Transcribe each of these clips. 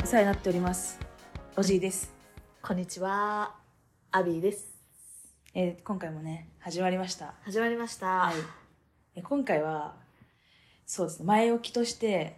お世話になっております。おじいです。 こんにちは、アビーです。 今回もね、始まりました。 始まりました。 はい。今回は、そうですね、前置きとして、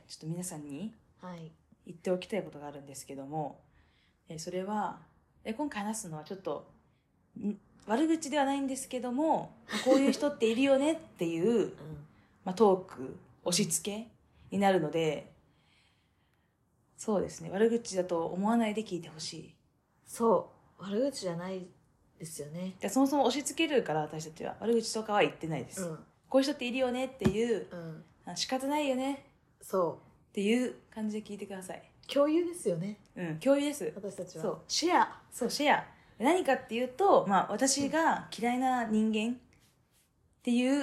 ちょっと皆さんに言っておきたいことがあるんですけども、それは、今回話すのはちょっと、悪口ではないんですけども、こういう人っているよねっていう、トーク、押し付けになるので、そうですね、悪口だと思わないで聞いてほしい。 そう、悪口じゃないですよね。 そもそも押し付けるから私たちは悪口とかは言ってないです。こういう人っているよねっていう、仕方ないよねっていう感じで聞いてください。 共有ですよね。 共有です。 私たちは。 そう、シェア。そう、シェア。何かっていうと、私が嫌いな人間っていう、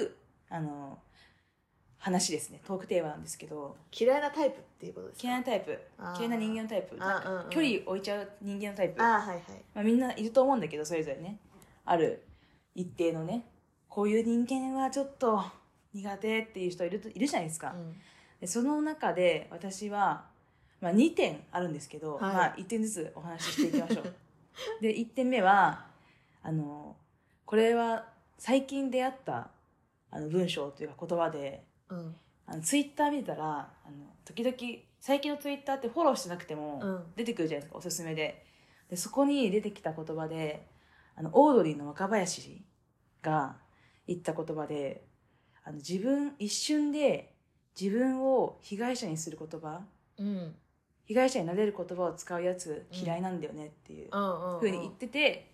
話ですね。トークテーマなんですけど。 嫌いなタイプっていうことですか？ 嫌いなタイプ。嫌いな人間のタイプ。距離置いちゃう人間のタイプ。みんないると思うんだけど、それぞれね。ある一定のね、こういう人間はちょっと苦手っていう人いるじゃないですか。でその中で私は、2点あるんですけど、1点ずつお話ししていきましょう。で、1点目は、これは最近出会った文章というか言葉で、ツイッター見てたら、時々、最近のツイッターってフォローしてなくても出てくるじゃないですか、おすすめで。で、そこに出てきた言葉で、オードリーの若林が言った言葉で、一瞬で自分を被害者にする言葉、被害者になれる言葉を使うやつ嫌いなんだよねっていうふうに言ってて、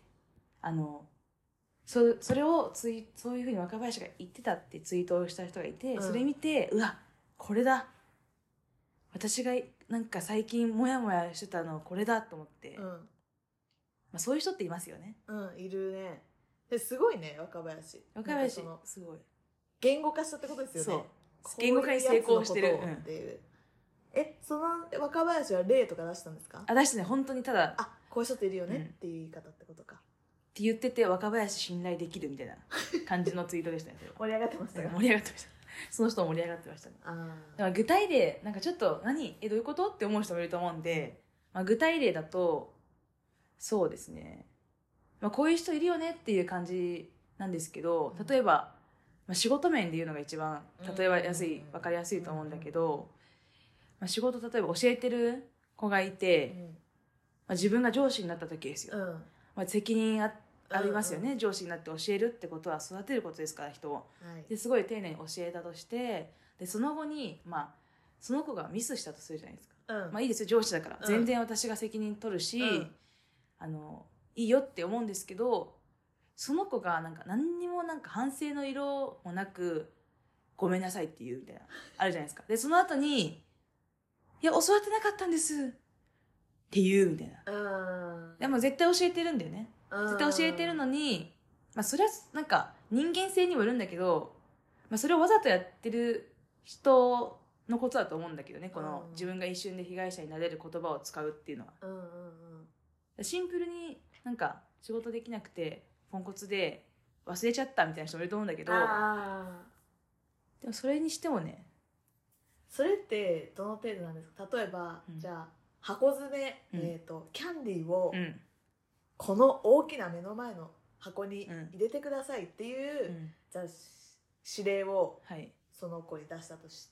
それをそういうふうに若林が言ってたってツイートをした人がいて、それ見て、うわ、これだ。私がなんか最近モヤモヤしてたのこれだと思って。そういう人っていますよね。 いるね。ですごいね、若林。 若林、すごい。 言語化したってことですよね。 そう。言語化に成功してる。 っていう。その若林は例とか出したんですか？ 出してね、本当にただ。 こういう人っているよねっていう言い方ってことか。 って言ってて、若林信頼できるみたいな感じのツイートでしたね。 盛り上がってましたか？ 盛り上がってました。その人も盛り上がってましたね。だから具体例、なんかちょっとどういうことって思う人もいると思うんで、具体例だと、そうですね。こういう人いるよねっていう感じなんですけど、例えば、仕事面で言うのが一番、例えばわかりやすいと思うんだけど、仕事例えば教えてる子がいて、自分が上司になった時ですよ。責任ありますよね、上司になって教えるってことは育てることですから、人を。ですごい丁寧に教えたとして、でその後に、その子がミスしたとするじゃないですか。いいですよ、上司だから。全然私が責任取るし、いいよって思うんですけど、その子が何にも反省の色もなく、ごめんなさいって言うみたいな、あるじゃないですか。で、その後に、いや、教わってなかったんですって言うみたいな。でも絶対教えてるんだよね。絶対教えてるのに、それは人間性にもよるんだけど、それをわざとやってる人のことだと思うんだけどね、この自分が一瞬で被害者になれる言葉を使うっていうのは。シンプルに仕事できなくてポンコツで忘れちゃったみたいな人もいると思うんだけど、でもそれにしてもね、 それってどの程度なんですか？例えば、じゃあ箱詰め、キャンディーを、この大きな目の前の箱に入れてくださいっていう、じゃあ指令をその子に出したとして、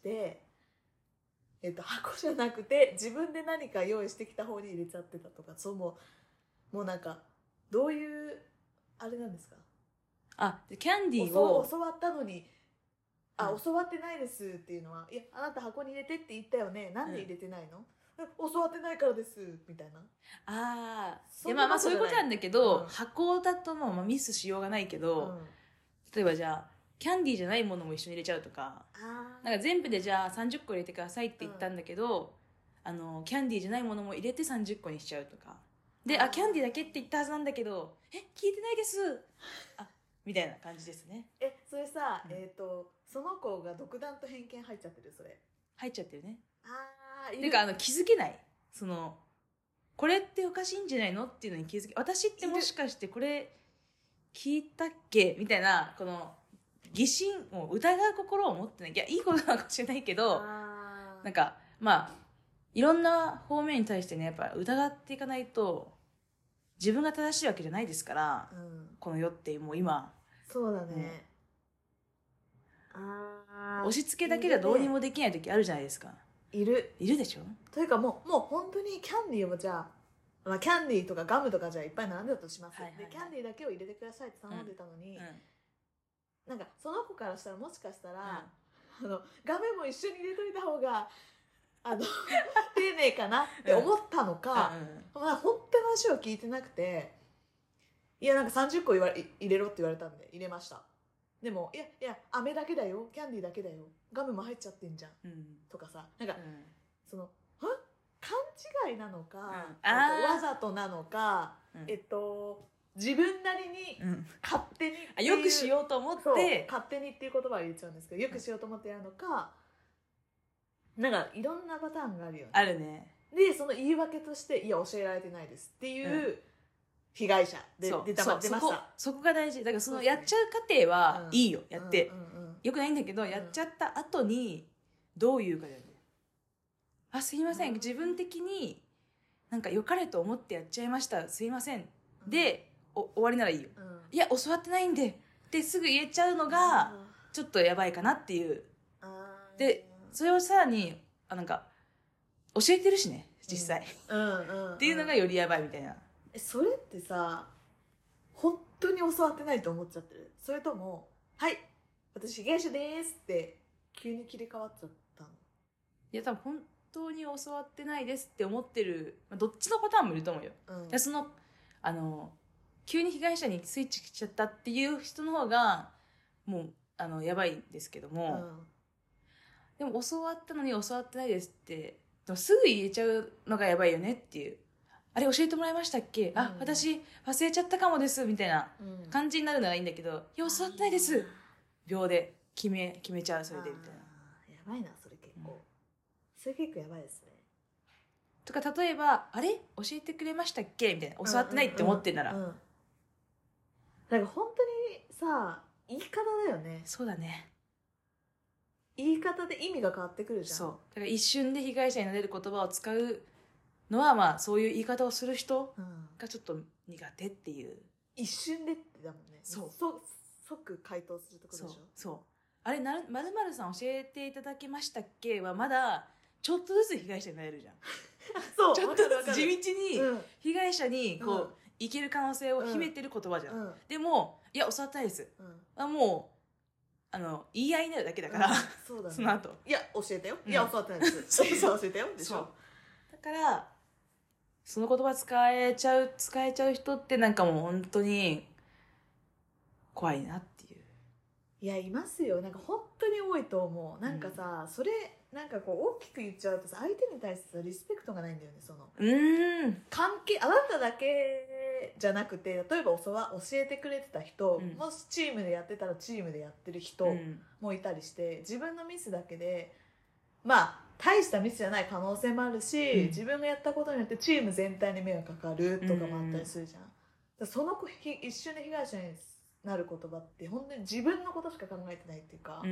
箱じゃなくて自分で何か用意してきた方に入れちゃってたとか、もうどういうあれなんですか？ キャンディーを教わったのに、教わってないですっていうのは、いや、あなた箱に入れてって言ったよね、なんで入れてないの？教わってないからですみたいな。 そういうことなんだけど、箱だともうミスしようがないけど、例えばじゃあキャンディーじゃないものも一緒に入れちゃうとか、全部でじゃあ30個入れてくださいって言ったんだけど、キャンディーじゃないものも入れて30個にしちゃうとかで、キャンディーだけって言ったはずなんだけど、聞いてないですみたいな感じですね。 それさ、その子が独断と偏見入っちゃってる？それ入っちゃってるね。っていうか気づけない、これっておかしいんじゃないのっていうのに気づけ、私ってもしかしてこれ聞いたっけみたいな、この疑心を疑う心を持ってない。いや、いいことなのかもしれないけど、 いろんな方面に対してね、やっぱ疑っていかないと、自分が正しいわけじゃないですから、この世ってもう今。 そうだね。 押し付けだけじゃどうにもできない時あるじゃないですか。 いるでしょ。 というかもう本当にキャンディーをじゃあ、キャンディーとかガムとかじゃあいっぱい並んでたとします、でキャンディーだけを入れてくださいって頼んでたのに、なんかその子からしたらもしかしたら、ガムも一緒に入れといた方が丁寧かなって思ったのか、本当の話を聞いてなくて、いやなんか30個入れろって言われたんで入れました。でもいや飴だけだよ、キャンディーだけだよ、ガムも入っちゃってんじゃん、とかさ、なんか、その勘違いなのか、わざとなのか、自分なりに勝手によくしようと思って勝手にっていう言葉は言っちゃうんですけど、よくしようと思ってやるのか、なんかいろんなパターンがあるよね。 あるね。 でその言い訳としていや教えられてないですっていう被害者で出ました。 そこが大事だから、そのやっちゃう過程はいいよ、やってよくないんだけど、やっちゃった後にどう言うかだよね。すいません、自分的になんか良かれと思ってやっちゃいました、すいませんで終わりならいいよ、いや教わってないんでってすぐ言えちゃうのがちょっとやばいかなっていう。でそれをさらになんか教えてるしね実際、っていうのがよりやばいみたいな。 それってさ本当に教わってないと思っちゃってる？それともはい私被害者ですって急に切り替わっちゃったの？ いや多分本当に教わってないですって思ってる、どっちのパターンもいると思うよ、その急に被害者にスイッチしちゃったっていう人の方がもうやばいんですけども、でも教わったのに教わってないですってでもすぐ言えちゃうのがやばいよねっていう。あれ教えてもらいましたっけ、私忘れちゃったかもですみたいな感じになるならいいんだけど、いや教わってないです秒で決めちゃう、それでみたいな。 やばいなそれ結構、それ結構やばいですね。 とか例えばあれ教えてくれましたっけみたいな、教わってないって思ってんなら、 だから本当にさ言い方だよね。 そうだね、 言い方で意味が変わってくるじゃん。 そうだから一瞬で被害者になれる言葉を使うのはそういう言い方をする人がちょっと苦手っていう、 一瞬でってだもんね。即回答するところでしょ。 そうあれ〇〇さん教えていただけましたっけはまだちょっとずつ被害者になれるじゃんそうちょっとずつ地道に被害者にいける可能性を秘めてる言葉じゃん、でもいや教わったいです、もう言い合いになるだけだから、そうだね、その後いや教えたよ、いや教わってないです教えたよでしょ。 だからその言葉使えちゃう人ってなんかもう本当に怖いなっていう。 いやいますよ、なんか本当に多いと思う。なんかさ、それなんか大きく言っちゃうとさ、相手に対してリスペクトがないんだよね。その関係、あなただけじゃなくて、例えば教えてくれてた人、もしチームでやってたらチームでやってる人もいたりして、自分のミスだけで大したミスじゃない可能性もあるし、自分がやったことによってチーム全体に迷惑かかるとかもあったりするじゃん、その子一瞬で被害者になる言葉って本当に自分のことしか考えてないっていうか、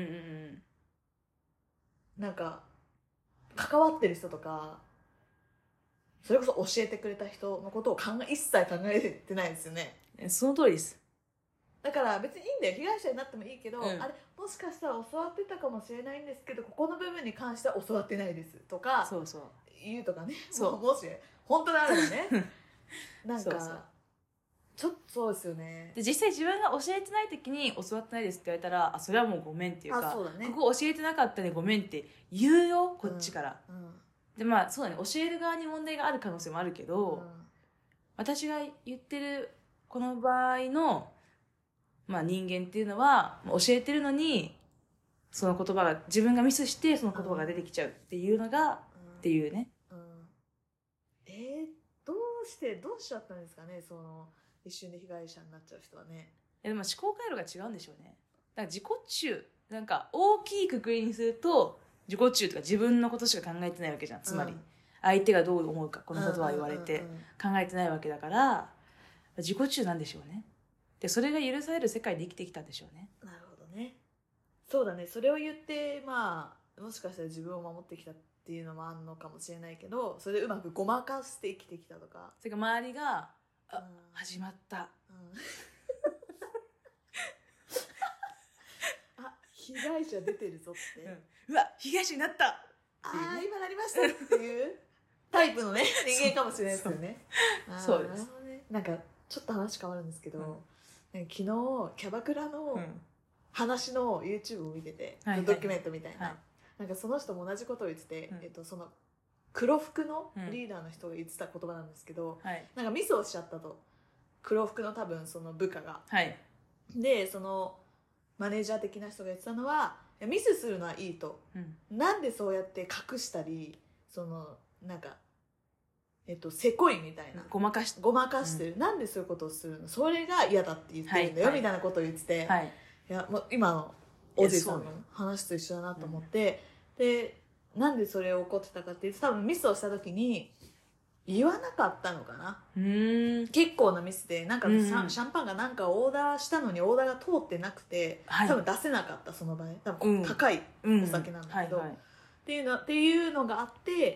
なんか関わってる人とかそれこそ教えてくれた人のことを一切考えてないですよね。 その通りです。 だから別にいいんだよ、被害者になってもいいけど、あれもしかしたら教わってたかもしれないんですけどここの部分に関しては教わってないですとか言うとかね。もし本当にあるのねなんかちょっとそうですよね。 で実際自分が教えてない時に教わってないですって言われたら、それはもうごめんっていうか、ここ教えてなかったねごめんって言うよこっちから、でそうだね、教える側に問題がある可能性もあるけど、私が言ってるこの場合の人間っていうのは教えてるのにその言葉が自分がミスしてその言葉が出てきちゃうっていうのが、っていうね、 どうしちゃったんですかね、その一瞬で被害者になっちゃう人はね。 でも思考回路が違うんでしょうね。だから自己中なんか大きいくくりにすると自己中とか自分のことしか考えてないわけじゃん。つまり相手がどう思うかこの言葉を言われて考えてないわけだから自己中なんでしょうね。でそれが許される世界で生きてきたんでしょうね。 なるほどね。そうだね、それを言ってもしかしたら自分を守ってきたっていうのもあるのかもしれないけど、それでうまくごまかして生きてきたとか、 それから周りが始まった、 被害者出てるぞって、 うわ被害者になったああ今なりましたっていうタイプのね人間かもしれないですよね。 そうです。 なんかちょっと話変わるんですけど、昨日キャバクラの話の YouTube を見てて、ドキュメントみたいな、なんかその人も同じことを言ってて、その黒服のリーダーの人が言ってた言葉なんですけど、なんかミスをしちゃったと、黒服の多分その部下が、でそのマネージャー的な人が言ってたのは、ミスするのはいいと、なんでそうやって隠したり、そのなんかせこいみたいな、 ごまかしてる、なんでそういうことをするの、それが嫌だって言ってるんだよ、みたいなことを言ってて、いやもう今のおじいさんの話と一緒だなと思って、でなんでそれを起こってたかっていうと、多分ミスをした時に言わなかったのかな、結構なミスで、なんかシャンパンがなんかオーダーしたのにオーダーが通ってなくて、多分出せなかった、その場合多分高いお酒なんだけど、っていうのがあって、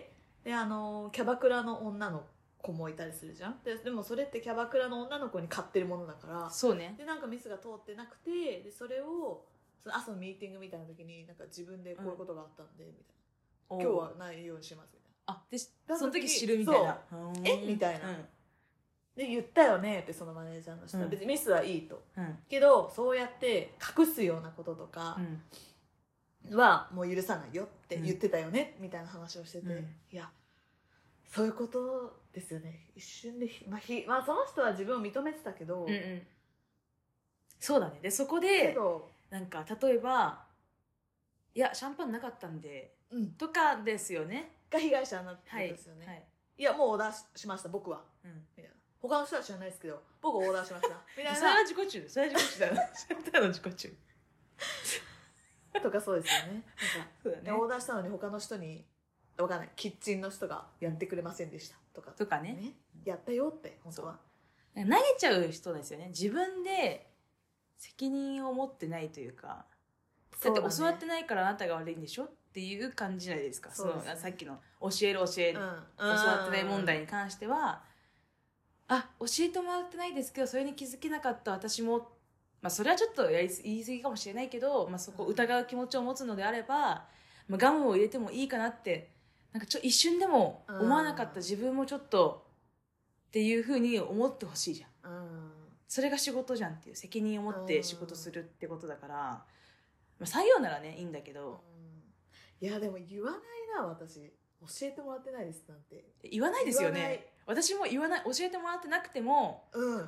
でキャバクラの女の子もいたりするじゃん。でもそれってキャバクラの女の子に買ってるものだから、 そうね。 でなんかミスが通ってなくて、でそれをその朝のミーティングみたいな時に、なんか自分でこういうことがあったんで、みたいな、今日はないようにしますみたいな、でその時知るみたいな、 みたいな、で言ったよねって、そのマネージャーの人は、別にミスはいいと、けどそうやって隠すようなこととかはもう許さないよって言ってたよね、みたいな話をしてて、いやそういうことですよね。一瞬でまあその人は自分を認めてたけど、 そうだね。でそこでなんか例えば、いやシャンパンなかったんで、とかですよね、 が被害者になってるんですよね。いやもうオーダーしました僕は、みたいな、他の人は知らないですけど僕オーダーしましたみたいな。 それは自己中、それは自己中だよただの自己中とか、そうですよね。なんかオーダーしたのに他の人にわかんない、キッチンの人がやってくれませんでしたとかね、やったよって本当は投げちゃう人ですよね。自分で責任を持ってないというか、だって教わってないからあなたが悪いんでしょっていう感じじゃないですか。そのさっきの教える、教わってない問題に関しては、教えてもらってないですけどそれに気づけなかった私も、それはちょっと言い過ぎかもしれないけど、そこを疑う気持ちを持つのであれば、ガムを入れてもいいかなって、なんか一瞬でも思わなかった自分もちょっとっていうふうに思ってほしいじゃん。それが仕事じゃんっていう、責任を持って仕事するってことだから、採用ならねいいんだけど、 いやでも言わないな、私教えてもらってないですなんて言わないですよね。私も言わない。教えてもらってなくても、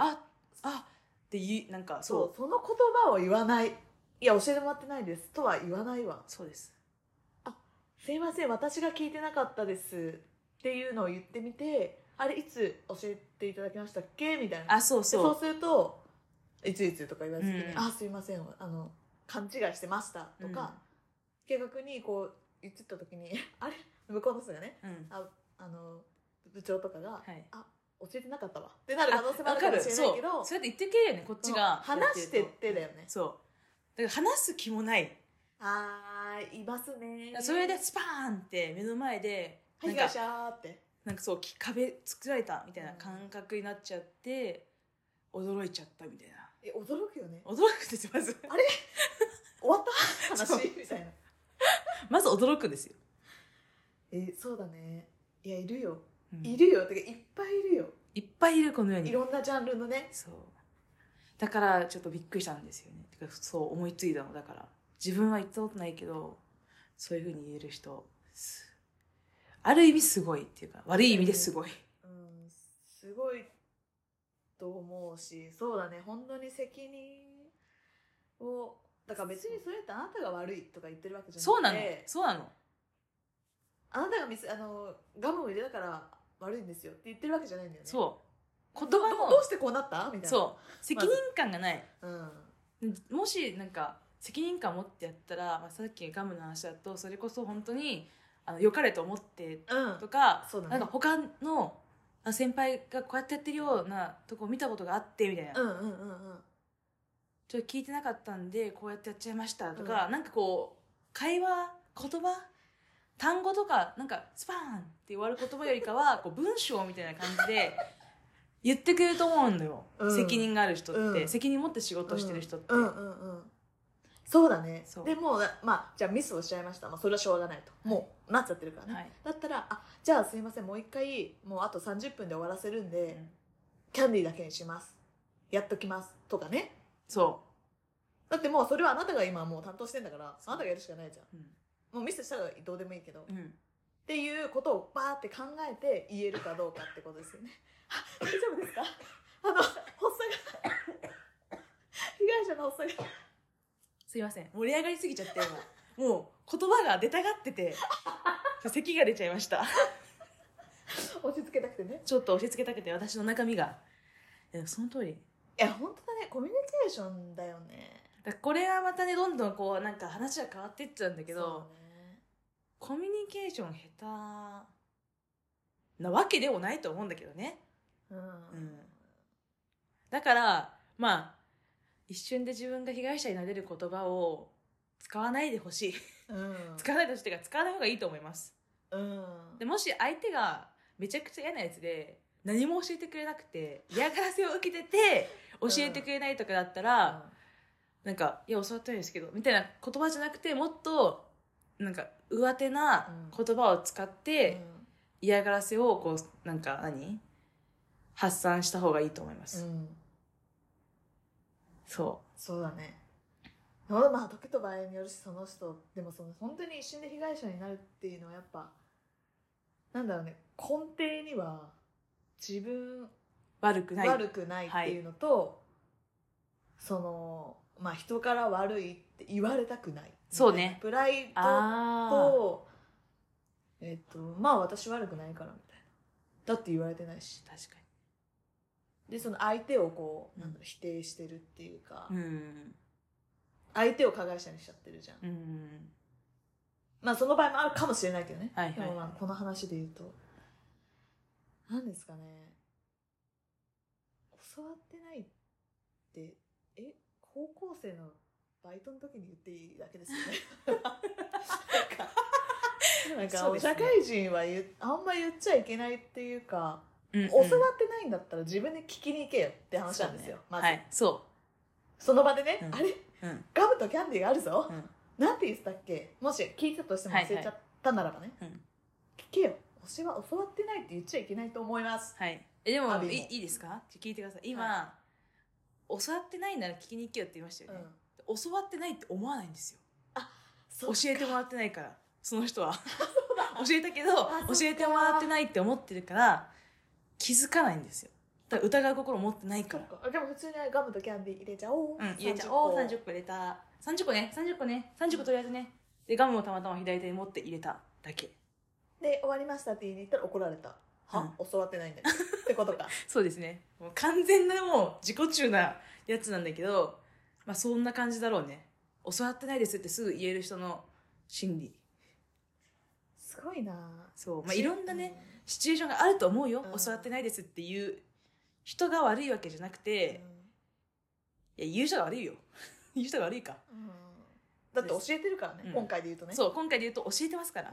ってなんかその言葉を言わない。いや教えてもらってないですとは言わないわ。 そうです。 すいません私が聞いてなかったですっていうのを言ってみて、あれいつ教えていただきましたっけみたいな。そうするといついつとか言われて、すいません勘違いしてましたとか、計画にこう言ってた時にあれ向こうの人がね、部長とかが、教えてなかったわってなる可能性もあるかもしれないけど、 そうやって言ってくれるよね、こっちが話してってだよね。 そうだから話す気もない。 いますね。 それでスパーンって目の前で被害者ってなんか壁作られたみたいな感覚になっちゃって、驚いちゃったみたいな。 驚くよね。 驚くんですよまず。 あれ終わった話みたいな。 まず驚くんですよ。 そうだね。いやいるよ、いるよ、てかいっぱいいるよ。 いっぱいいる、この世にいろんなジャンルのね。 そうだからちょっとびっくりしたんですよね。てかそう思いついたのだから、自分は言ったことないけどそういうふうに言える人、ある意味すごいっていうか、悪い意味ですごい、 すごいと思うし、そうだね、本当に責任を、だから別にそれってあなたが悪いとか言ってるわけじゃなくて、 そうなのあなたがガムを入れたから悪いんですよって言ってるわけじゃないんだよね。 言葉のどうしてこうなったみたいな。 責任感がない、もしなんか責任感を持ってやったら、さっきガムの話だとそれこそ本当に良かれと思ってとか、なんか他の先輩がこうやってやってるようなとこ見たことがあってみたいな、ちょっと聞いてなかったんでこうやってやっちゃいましたとか、なんかこう会話言葉単語とかなんかスパーンって終わる言葉よりかはこう文章みたいな感じで言ってくれると思うんだよ、責任がある人って、責任持って仕事してる人って、 そうだね。でもじゃあミスをしちゃいました、それはしょうがないと、もうなっちゃってるからね、だったらじゃあすいません、もう一回もうあと30分で終わらせるんで、キャンディーだけにします、やっときますとかね。そうだってもうそれはあなたが今もう担当してんだから、あなたがやるしかないじゃん、もうミスしたらどうでもいいけど、っていうことをバーって考えて言えるかどうかってことですよね。大丈夫ですか？発作が被害者の発作がすいません、盛り上がりすぎちゃって今もう言葉が出たがってて咳が出ちゃいました落ち着けたくてね、 ちょっと押し付けたくて、私の中身が。その通り。 いや本当だね、コミュニケーションだよね。 だこれはまたねどんどんこうなんか話が変わっていっちゃうんだけど、コミュニケーション下手なわけでもないと思うんだけどね。だから一瞬で自分が被害者になれる言葉を使わないでほしい、使わないでほしいというか使わない方がいいと思います、でもし相手がめちゃくちゃ嫌なやつで何も教えてくれなくて嫌がらせを受けてて教えてくれないとかだったら、なんかいや教わったんですけどみたいな言葉じゃなくて、もっとなんか上手な言葉を使って嫌がらせをこうなんか発散した方がいいと思います、 そうだね。時と場合によるし、その人でも本当に一瞬で被害者になるっていうのはやっぱなんだろうね、根底には自分悪くないっていうのと、人から悪いって言われたくない、 そうね、 プライドと私悪くないからみたいな、だって言われてないし、 確かに。 で相手をこう否定してるっていうか、相手を加害者にしちゃってるじゃん、その場合もあるかもしれないけどね、でもこの話で言うと何ですかね、教わってないって高校生のバイトの時に言っていいだけですよねなんか社会人はあんま言っちゃいけないっていうか、教わってないんだったら自分で聞きに行けよって話なんですよ、まず、その場でね、あれ、ガムとキャンディーがあるぞ、なんて言ってたっけ、もし聞いたとしても忘れちゃったならばね、聞けよ、教わってないって言っちゃいけないと思います。 でもいいですか、聞いてください。今、教わってないなら聞きに行けよって言いましたよね、教わってないって思わないんですよ。教えてもらってないから、その人は教えたけど教えてもらってないって思ってるから気づかないんですよ。だから疑う心持ってないから。 でも普通にガムとキャンディー入れちゃおう、 入れちゃおう、30個入れた、30個ね30個とりあえずね、でガムをたまたま左手に持って入れただけで終わりましたって言いに行ったら怒られた、教わってないんだけどってことかそうですね、もう完全なもう自己中なやつなんだけど、そんな感じだろうね。教わってないですってすぐ言える人の心理すごいな。 そう、いろんなね、シチュエーションがあると思うよ、教わってないですっていう人が悪いわけじゃなくて、いや言う人が悪いよ言う人が悪いか、 だって教えてるからね、今回で言うとね。 そう、今回で言うと教えてますから、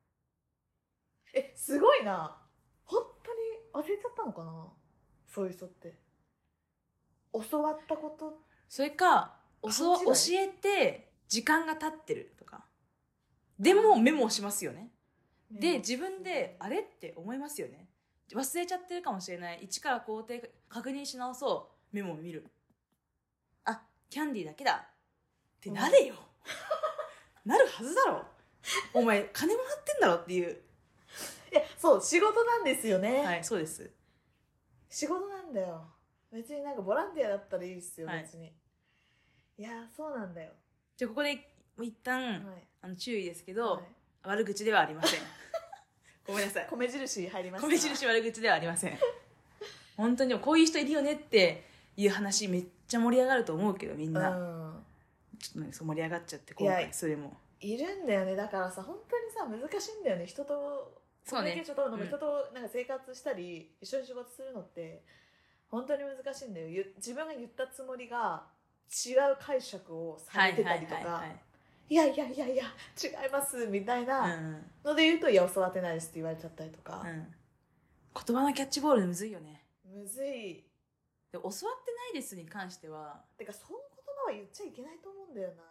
すごいな。本当に忘れちゃったのかな、そういう人って。教わったこと、 それか教えて時間が経ってるとかでもメモをしますよね。で自分であれって思いますよね。忘れちゃってるかもしれない。一から工程確認し直そう、メモを見る、キャンディーだけだってなれよなるはずだろお前金もらってんだろっていう。 いやそう、仕事なんですよね。 はい、そうです、 仕事なんだよ。別になんかボランティアだったらいいですよ、別に。いやそうなんだよ。 じゃあここで一旦、注意ですけど、悪口ではありませんごめんなさい、 米印入りました。 米印悪口ではありません本当にこういう人いるよねっていう話めっちゃ盛り上がると思うけど、みんな、ちょっとそう盛り上がっちゃって今回それもいるんだよね。だからさ、本当にさ、難しいんだよね、人とコミュニケーション取るのも、人となんか生活したり一緒に仕事するのって本当に難しいんだよ。自分が言ったつもりが違う解釈をされてたりとか、 いやいやいやいや違いますみたいなので言うと、いや教わってないですって言われちゃったりとか、 言葉のキャッチボールむずいよね。 むずい。 で教わってないですに関しては、 てかその言葉は言っちゃいけないと思うんだよな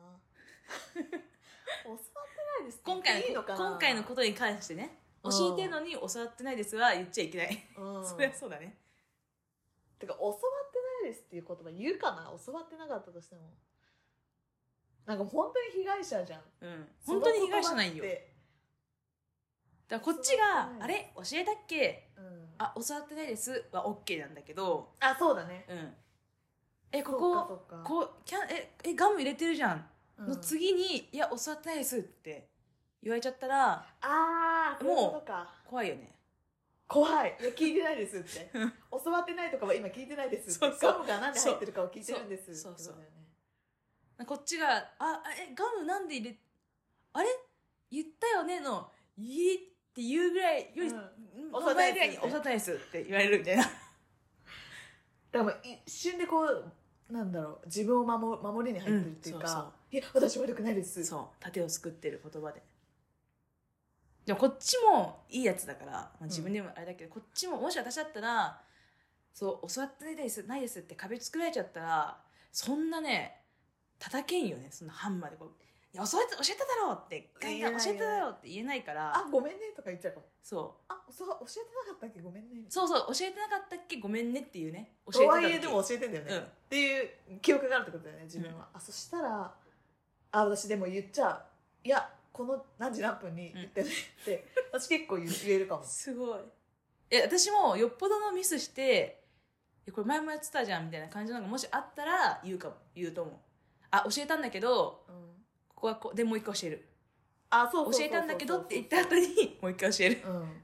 教わってないですって言っていいのかな。 今回のことに関してね、教えてるのに教わってないですは言っちゃいけない、それはそうだね。 てか教わってないですっていう言葉言うかな。教わってなかったとしても、なんか本当に被害者じゃん。 本当に被害者ないよ。だからこっちがあれ教えたっけ、あ教わってないですは OK なんだけど、 あそうだね、 ここガム入れてるじゃんの次に、いや教わってないですって言われちゃったら、もう怖いよね。 怖い。いや聞いてないですって教わってないとかは今聞いてないですって、ガムが何で入ってるかを聞いてるんです。そうそう、 こっちがガムなんで入れあれ言ったよねのいいって言うぐらいより、教わってないですって言われるみたいな。だからもう一瞬でこうなんだろう、自分を守りに入ってるっていうか、いや私悪くないです。 そう盾を作ってる言葉で。でもこっちもいいやつだから、自分でもあれだけど、こっちももし私だったらそう教わってないですって壁作られちゃったら、そんなね叩けんよね。そんなハンマーでこう教えただろうって教えただろうって言えないから、 ごめんねとか言っちゃうかも。 そう教えてなかったっけごめんね。 そう教えてなかったっけごめんねっていうね。 とはいえでも教えてんだよね、っていう記憶があるってことだよね自分は。そしたら私でも言っちゃう。いやこの何時何分に言ってねって私結構言えるかも。 すごい。私もよっぽどのミスしてこれ前もやってたじゃんみたいな感じのがもしあったら言うと思う。教えたんだけど、ここはでもう一回教える。教えたんだけどって言った後にもう一回教える。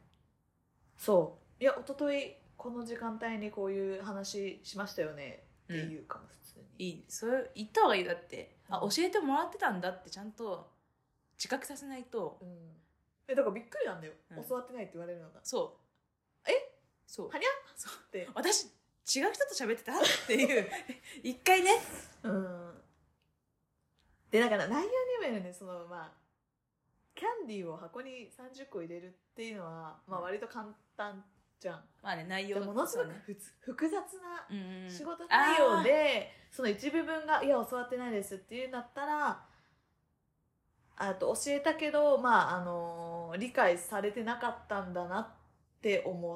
そういや一昨日この時間帯にこういう話しましたよねっていうかも。普通にいい。それ言った方がいい。だって、教えてもらってたんだってちゃんと自覚させないと。だからびっくりなんだよ、教わってないって言われるのが。そうはにゃそうって私違う人と喋ってたっていう一回ね。でだから内容にもよるね。そのキャンディーを箱に30個入れるっていうのは割と簡単じゃん。内容ものすごく複雑な仕事内容で、その一部分がいや教わってないですっていうんだったら、教えたけど理解されてなかったんだなって思って、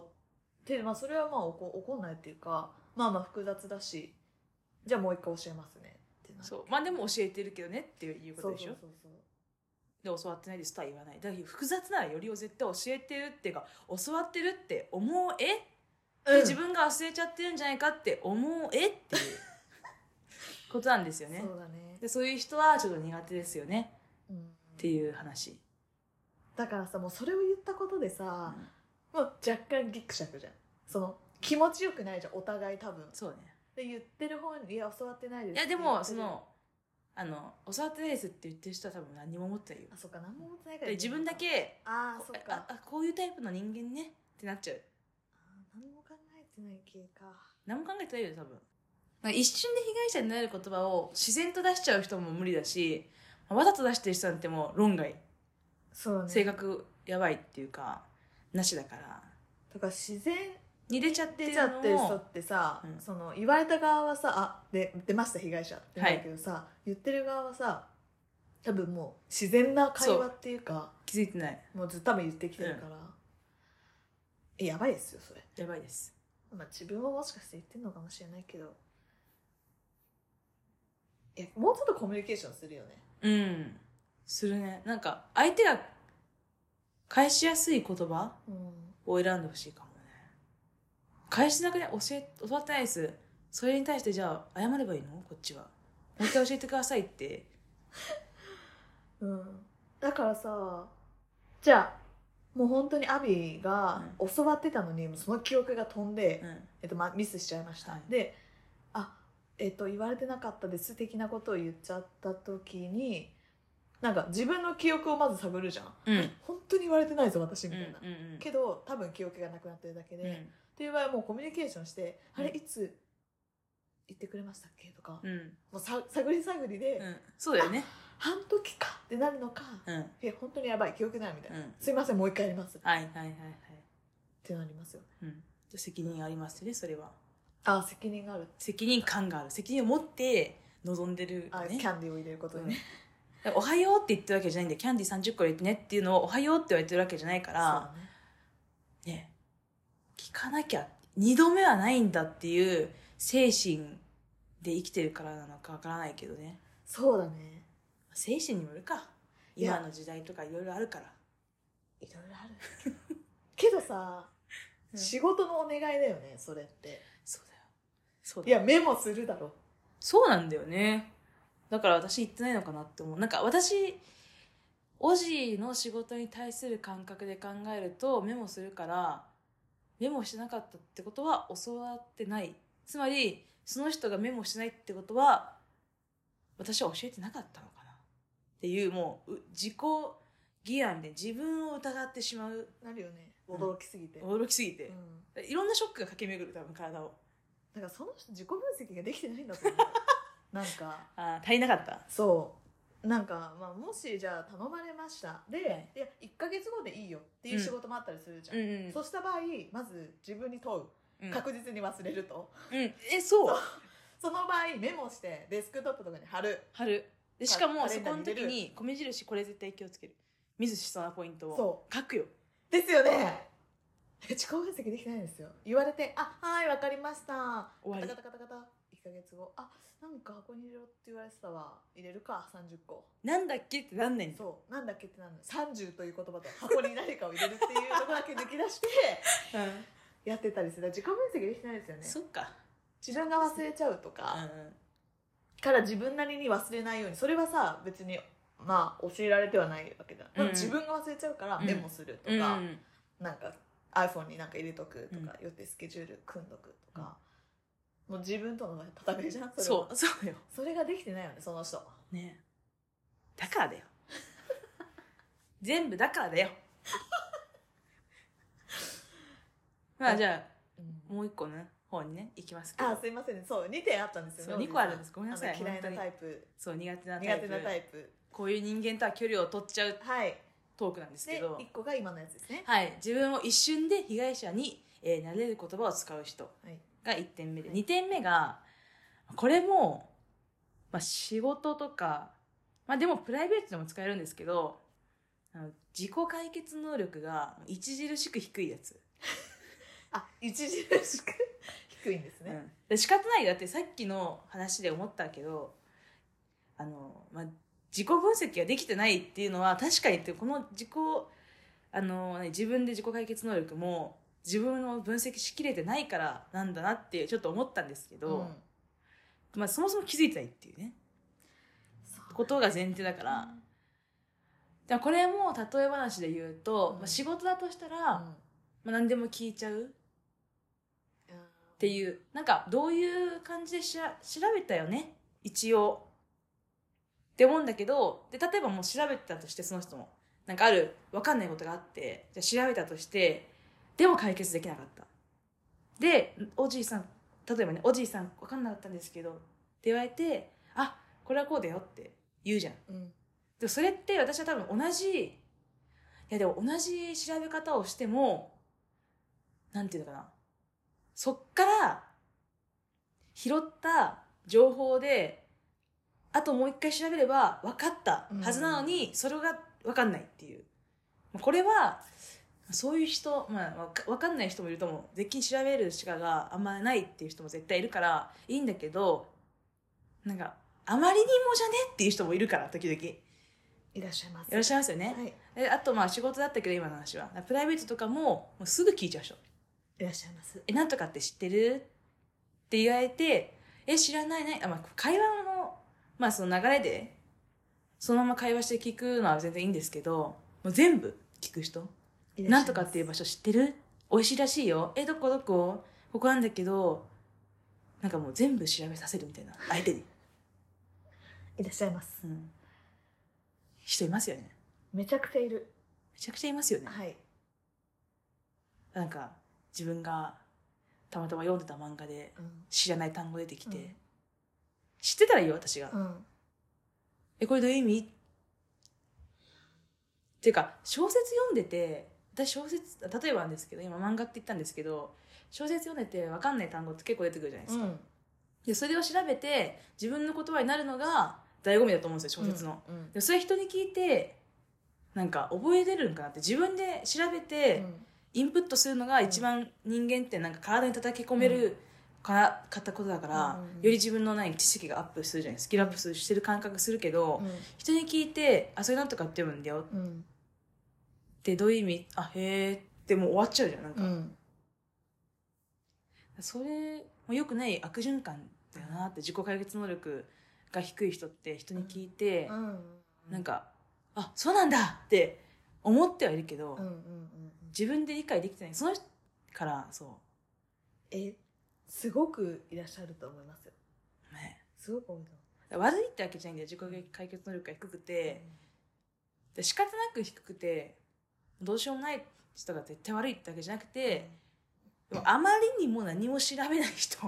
それは怒んないっていうか、複雑だし、じゃあもう一回教えますねってなる。そうでも教えてるけどねっていうことでしょ。そうで教わってないですとは言わない。だから複雑ならよりを絶対教えてるっていうか、教わってるって思で自分が忘れちゃってるんじゃないかって思っていうことなんですよね。そうだね。でそういう人はちょっと苦手ですよね、っていう話だからさ、もうそれを言ったことでさ、もう若干ギクシャクじゃん。その気持ちよくないじゃんお互い多分。そうね。で言ってる方にいや教わってないです。いやでもその教わってないですって言ってる人は多分何も思ってないよ。そうか、何も思ってないから。自分だけそうかこういうタイプの人間ねってなっちゃう。何も考えてない系か。何も考えてないよ多分。一瞬で被害者になる言葉を自然と出しちゃう人も無理だし、わざと出してる人なんてもう論外。そうね。性格やばいっていうかなしだから。だから自然に出ちゃってる人ってさ、その言われた側はさ出ました被害者って言うんだけどさ、言ってる側はさ多分もう自然な会話っていうか気づいてない。もうずっと多分言ってきてるから、やばいですよそれ。やばいです。自分はもしかして言ってるのかもしれないけど、もうちょっとコミュニケーションするよね。するね。なんか相手が返しやすい言葉を選んでほしいかも。返しなくね、教わってないです。それに対してじゃあ謝ればいいのこっちは。もう一回教えてくださいってだからさ、じゃあもう本当にアビーが教わってたのに、その記憶が飛んで、ミスしちゃいました、で言われてなかったです的なことを言っちゃった時に、なんか自分の記憶をまず探るじゃん、本当に言われてないぞ私みたいな、けど多分記憶がなくなってるだけで、っていう場合はもうコミュニケーションして、あれいつ言ってくれましたっけとか、もう探り探りで、そうだよね。 半時かってなるのか、本当にやばい記憶ないみたいな、すいませんもう一回やりますってなりますよね。 責任ありますよね、それは。 責任がある。 責任感がある。責任を持って望んでる、 ね、キャンディーを入れることにね、 おはようって言ってるわけじゃないんで、キャンディー30個入れてねっていうのをおはようって言われてるわけじゃないから、ね、聞かなきゃ、2度目はないんだっていう精神で生きてるからなのかわからないけどね。 そうだね。 精神にもよるか。今の時代とかいろいろあるから。 いろいろあるけどさ、仕事のお願いだよね、それって。そうだよ。いや、メモするだろ。 そうなんだよね。だから私言ってないのかなって思う。なんか私、おじの仕事に対する感覚で考えるとメモするから、メモしてなかったってことは教わってない。つまり、その人がメモしてないってことは、私は教えてなかったのかなっていう、もう自己欺瞞で自分を疑ってしまう。 なるよね。驚きすぎて。 驚きすぎて。いろんなショックが駆け巡る、多分体を。 だからその人自己分析ができてないんだと思う。なんか足りなかった。 そうなんか、もしじゃあ頼まれましたで、いや1ヶ月後でいいよっていう仕事もあったりするじゃん、そうした場合まず自分に問う、確実に忘れると、 そうその場合メモしてデスクトップとかに貼るでしかもそこの時に米印これ絶対気をつける、ミスしそうなポイントを書くよ。 ですよね。自己分析できてないんですよ。言われてはい分かりました終わり、カタカタカタカタ1ヶ月後なんか箱に入れろって言われてたわ、入れるか30個なんだっけってなんないんだ。 そうなんだっけってなんない。30という言葉と箱に何かを入れるっていうところだけ抜き出してやってたりする。自己分析できてないですよね。 そっか。 自分が忘れちゃうとか、から自分なりに忘れないように、それはさ別に教えられてはないわけだ、自分が忘れちゃうからメモするとか、なんか iPhone になんか入れとくとか、予定スケジュール組んどくとか、もう自分との戦いじゃん。 そうよ。 それができてないよね、その人ね。だからだよ全部だからだよじゃあ、もう一個ね方にね行きますけど。 すいませんね。そう2点あったんですよね。 2個あるんです。ごめんなさい。 嫌いなタイプ、 そう苦手なタイプ、 こういう人間とは距離を取っちゃうトークなんですけど、 1個が今のやつですね。 自分を一瞬で被害者になれる言葉を使う人が1点目で、2点目がこれも、仕事とか、でもプライベートでも使えるんですけど、自己解決能力が著しく低いやつ著しく低いんですね、 仕方ない。だってさっきの話で思ったけど、自己分析ができてないっていうのは確かに、この自分で自己解決能力も自分を分析しきれてないからなんだなってちょっと思ったんですけど、そもそも気づいてないっていうねことが前提だから、じゃあこれも例え話で言うと、仕事だとしたら、何でも聞いちゃうっていう、なんかどういう感じで調べたよね一応って思うんだけど、で例えばもう調べたとして、その人もなんかある分かんないことがあって、じゃあ調べたとして、でも解決できなかった。でおじいさん、例えばね、おじいさん分かんなかったんですけどって言われて、これはこうだよって言うじゃん、でもそれって私は多分同じ調べ方をしても、なんていうのかな、そっから拾った情報であともう一回調べれば分かったはずなのに、それが分かんないっていう。これはそういう人、分かんない人もいると思う。絶対調べる力があんまないっていう人も絶対いるからいいんだけど、なんかあまりにもじゃねっていう人もいるから、時々いらっしゃいます。 いらっしゃいますよね、あと仕事だったけど、今の話はプライベートとかもうすぐ聞いちゃう人いらっしゃいます。 なんとかって知ってるって言われて、知らないね。会話のその流れでそのまま会話して聞くのは全然いいんですけど、もう全部聞く人、なんとかっていう場所知ってる？美味しいらしいよ。どこここなんだけど、なんかもう全部調べさせるみたいな相手にいらっしゃいます、 人いますよね。 めちゃくちゃいる。 めちゃくちゃいますよね。なんか自分がたまたま読んでた漫画で知らない単語出てきて、知ってたらいいよ私が、 これどういう意味っていうか、小説読んでて、私小説、例えばなんですけど、今漫画って言ったんですけど、小説読んでて分かんない単語って結構出てくるじゃないですか。でそれを調べて自分の言葉になるのが醍醐味だと思うんですよ、小説の。でそれ人に聞いてなんか覚えれるんかなって、自分で調べてインプットするのが一番人間ってなんか体に叩き込めるかったことだから、より自分の知識がアップするじゃないですか。スキルアップしてる感覚するけど、人に聞いてそれなんとかって読むんだよってどういう意味、へーってもう終わっちゃうじゃん、なんか、それも良くない悪循環だよなって。自己解決能力が低い人って人に聞いて、なんかそうなんだって思ってはいるけど、自分で理解できてないその人からすごくいらっしゃると思いますよ、ね、すごく多いと思う。 悪いってわけじゃないんだよ、自己解決能力が低くて、で仕方なく低くてどうしようもない人が絶対悪いってわけじゃなくて、でもあまりにも何も調べない人、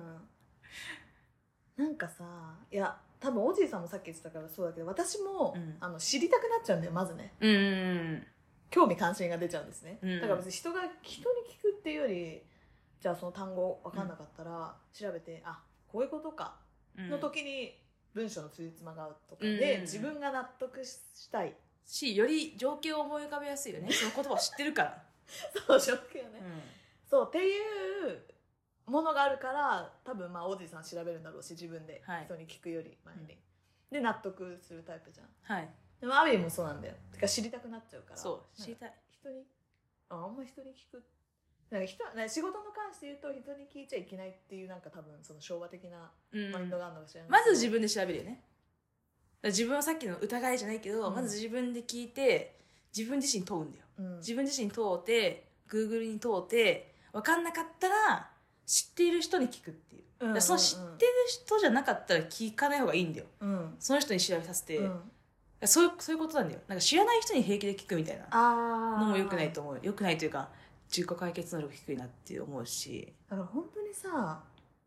なんかさ、いや多分おじいさんもさっき言ってたからそうだけど、私も、知りたくなっちゃうんだよまずね。興味関心が出ちゃうんですね。だから別に人に聞くっていうより、じゃあその単語分かんなかったら調べて、こういうことかの時に文章のつじつまが合うとかで、自分が納得したいし、より情景を思い浮かべやすいよね、その言葉を知ってるからそう状況ね、そうっていうものがあるから、多分おじいさん調べるんだろうし、自分で人に聞くより前に、で納得するタイプじゃん。でもアビーもそうなんだよ。てか知りたくなっちゃうから。 そう知りたい。 あんま人に聞く、なんか仕事の関して言うと人に聞いちゃいけないっていう、なんか多分その昭和的なマインドがあるのかしらない。 まず自分で調べるよね。自分はさっきの疑いじゃないけど、まず自分で聞いて自分自身問うんだよ、自分自身問うて Google に問うて、分かんなかったら知っている人に聞くっていう、その知ってる人じゃなかったら聞かない方がいいんだよ、その人に調べさせて、そういうことなんだよ。なんか知らない人に平気で聞くみたいなのも良くないと思う。良くないというか自己解決能力低いなって思うし、 だから本当にさ、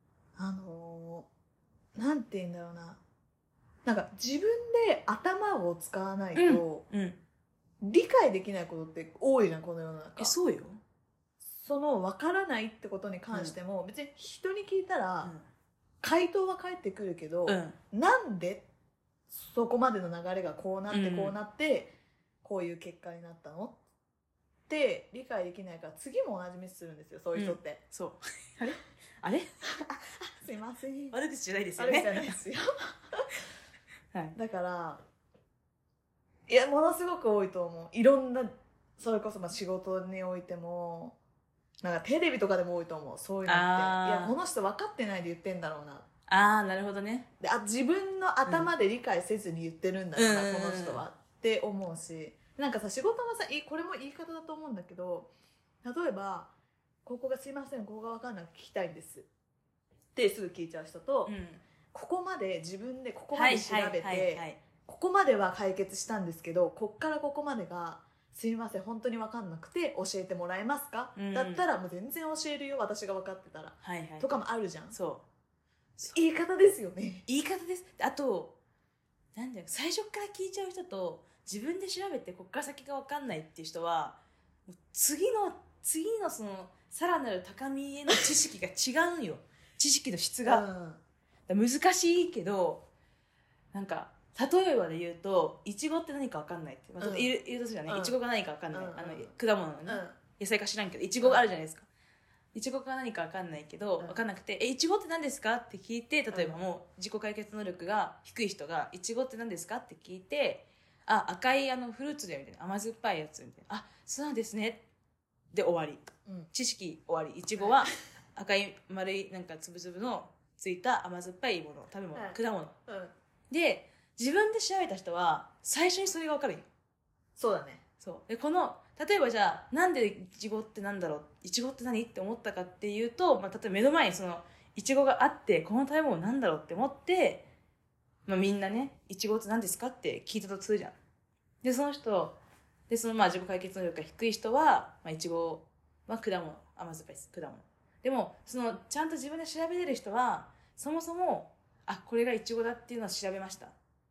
なんて言うんだろうな、なんか自分で頭を使わないと、理解できないことって多いじゃん、この世の中。 そうよ。 その分からないってことに関しても、別に人に聞いたら、回答は返ってくるけど、なんでそこまでの流れがこうなってこうなって、こういう結果になったのって理解できないから、次も同じミスするんですよ、そういう人って。 そうあれすいません、 悪口じゃないですよね。 悪口じゃないですよだからいや、ものすごく多いと思う。いろんな、それこそ仕事においても、なんかテレビとかでも多いと思う、そういうのって。いや、この人分かってないで言ってんだろうな。 なるほどね。 で、自分の頭で理解せずに言ってるんだろうな、この人はって思うし、なんかさ、仕事のさ、これも言い方だと思うんだけど、例えばここがすいません、ここが分かんなく聞きたいんですってすぐ聞いちゃう人と、ここまで自分でここまで調べて、ここまでは解決したんですけど、こっからここまでがすいません本当に分かんなくて教えてもらえますか、だったらもう全然教えるよ、私が分かってたら、とかもあるじゃん。言い方ですよね。 言い方です。あとなんだよ、最初から聞いちゃう人と自分で調べてこっから先が分かんないっていう人は、もう次のそのさらなる高みへの知識が違うんよ知識の質が、難しいけど、なんか例えばで言うと、いちごって何か分かんないって、言うとするじゃない、いちごが何か分かんない、果物のね、野菜か知らんけどいちごがあるじゃないですか。いちごが何か分かんないけど、分かんなくていちごって何ですかって聞いて、例えばもう自己解決能力が低い人がいちごって何ですかって聞いて、赤いフルーツだよみたいな、甘酸っぱいやつみたいな、そうなんですねで終わり、知識終わり。いちごは赤い丸いなんかつぶつぶのついた甘酸っぱいもの、食べ物、果物、で自分で調べた人は最初にそれが分かるよ。 そうだね。 そうで、この例えばじゃあなんでいちごってなんだろう、いちごって何って思ったかっていうと、例えば目の前にそのいちごがあって、この食べ物なんだろうって思って、みんなね、いちごって何ですかって聞いたとするじゃん。でその人で、その自己解決能力が低い人は、いちごは果物、甘酸っぱいです、果物。でもそのちゃんと自分で調べれる人は、そもそもこれがいちごだっていうのを調べました。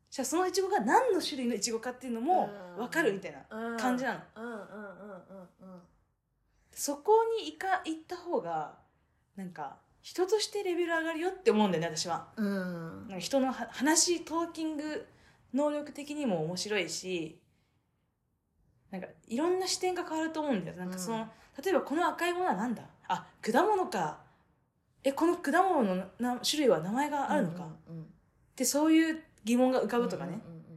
じゃあそのイチゴが何の種類のイチゴかっていうのも分かるみたいな感じなの。そこに行った方がなんか人としてレベル上がるよって思うんだよね、私は。なんか人のトーキング能力的にも面白いし、なんかいろんな視点が変わると思うんだよ。なんか例えばこの赤いものはなんだ、あ、果物か、この果物の種類は名前があるのか、でそういう疑問が浮かぶとかね、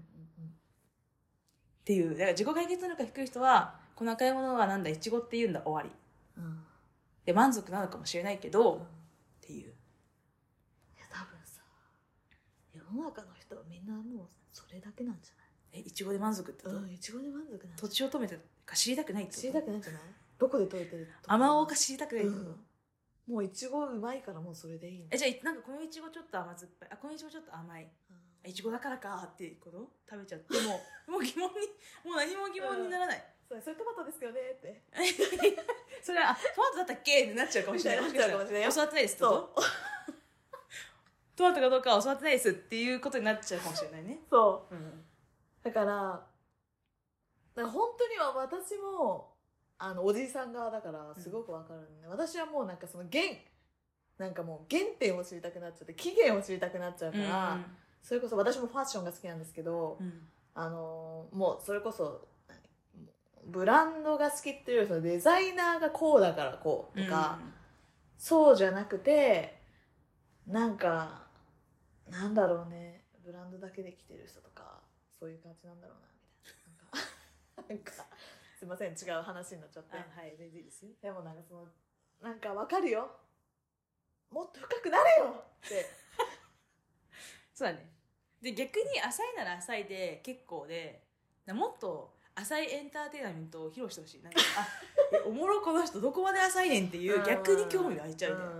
っていう。だから自己解決能力が低い人はこの赤いものはなんだ、イチゴって言うんだ、終わり、で満足なのかもしれないけど、っていう。いや多分さ、世の中の人はみんなもうそれだけなんじゃない？ イチゴで満足ってこと？ イチゴで満足なんじゃない？ 土地を止めてか知りたくないってこと？ 知りたくないんじゃない？どこで取れてるとか、 甘おうか知りたくないってこと？ もうイチゴうまいからもうそれでいい。 じゃあなんかこのイチゴちょっと甘酸っぱい、このイチゴちょっと甘い、イチゴだからかっていうこと食べちゃってもう疑問に、もう何も疑問にならない。 それトマトですけどねってそれはトマトだったっけってなっちゃうかもしれない。教わってないですってこと？トマトかどうかは教わってないですっていうことになっちゃうかもしれないね。 そう、だから本当には私もおじいさん側だからすごくわかるんで、私はもうなんかそのなんかもう原点を知りたくなっちゃって、起源を知りたくなっちゃうから、それこそ私もファッションが好きなんですけど、もうそれこそブランドが好きっていうよりそのデザイナーがこうだからこうとか、そうじゃなくて、なんかなんだろうね、ブランドだけで着てる人とかそういう感じなんだろうなみたいな、なんかすいません、違う話になっちゃって。 はい、全然いいですよ。 でもなんかなんかわかるよ、もっと深くなれよってそうだね。で逆に浅いなら浅いで結構で、もっと浅いエンターテイナメントを披露してほしい。なんかおもろこの人どこまで浅いねんっていう逆に興味が湧いちゃうね。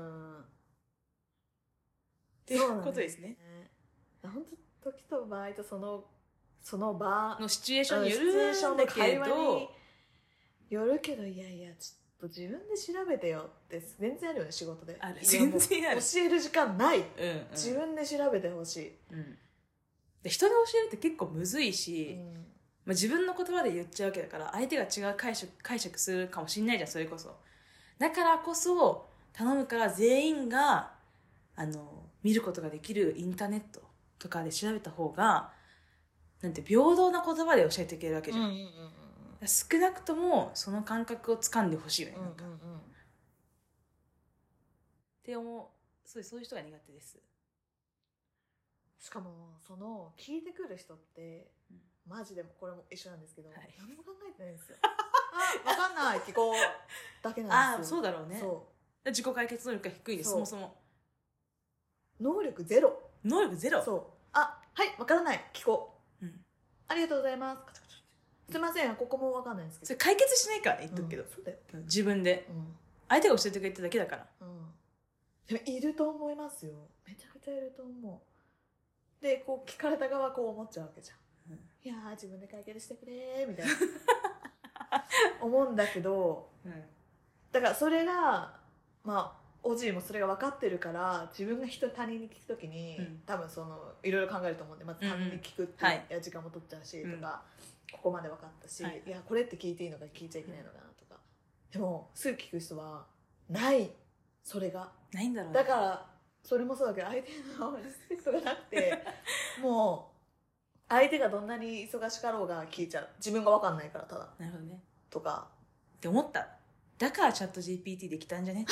っていうことですね。 本当時と場合とその場のシチュエーションによるんだけど、 よるけど、いやいやちょっと自分で調べてよって全然あるよね、仕事で。 ある、全然ある。 教える時間ない、自分で調べてほしい、 で人に教えるって結構むずいし、自分の言葉で言っちゃうわけだから相手が違う解釈するかもしんないじゃん。それこそだからこそ頼むから全員が見ることができるインターネットとかで調べた方がなんて平等な言葉で教えていけるわけじゃん。少なくともその感覚を掴んでほしいよね。なんかって思う。そういう人が苦手です。 しかも聞いてくる人って、マジでもこれも一緒なんですけど、何も考えてないんですよ。分かんない聞こうだけなんですよ。 そうだろうね。そう自己解決能力が低いです。そもそも能力ゼロ。 そう。 はい分からない聞こう、ありがとうございます。すいません、ここも分かんないんですけど。 それ解決しないからね、言っとくけど。 そうだよ。自分で、相手が教えてくれただけだから。 でもいると思いますよ。めちゃくちゃいると思う。でこう聞かれた側こう思っちゃうわけじゃん。いやー自分で解決してくれーみたいな思うんだけど、だからそれがおじいもそれが分かってるから、自分が他人に聞くときに、多分いろいろ考えると思うんで、まず他人に聞くっていう時間も取っちゃうし、とかここまで分かったし、いやこれって聞いていいのか聞いちゃいけないのかなとか、でもすぐ聞く人はないそれがないんだろうね。 だからそれもそうだけど、相手のリスペクトがなくてもう相手がどんなに忙しかろうが聞いちゃう。自分が分かんないから、ただ。 なるほどね。 とかって思った。だからチャット GPT できたんじゃね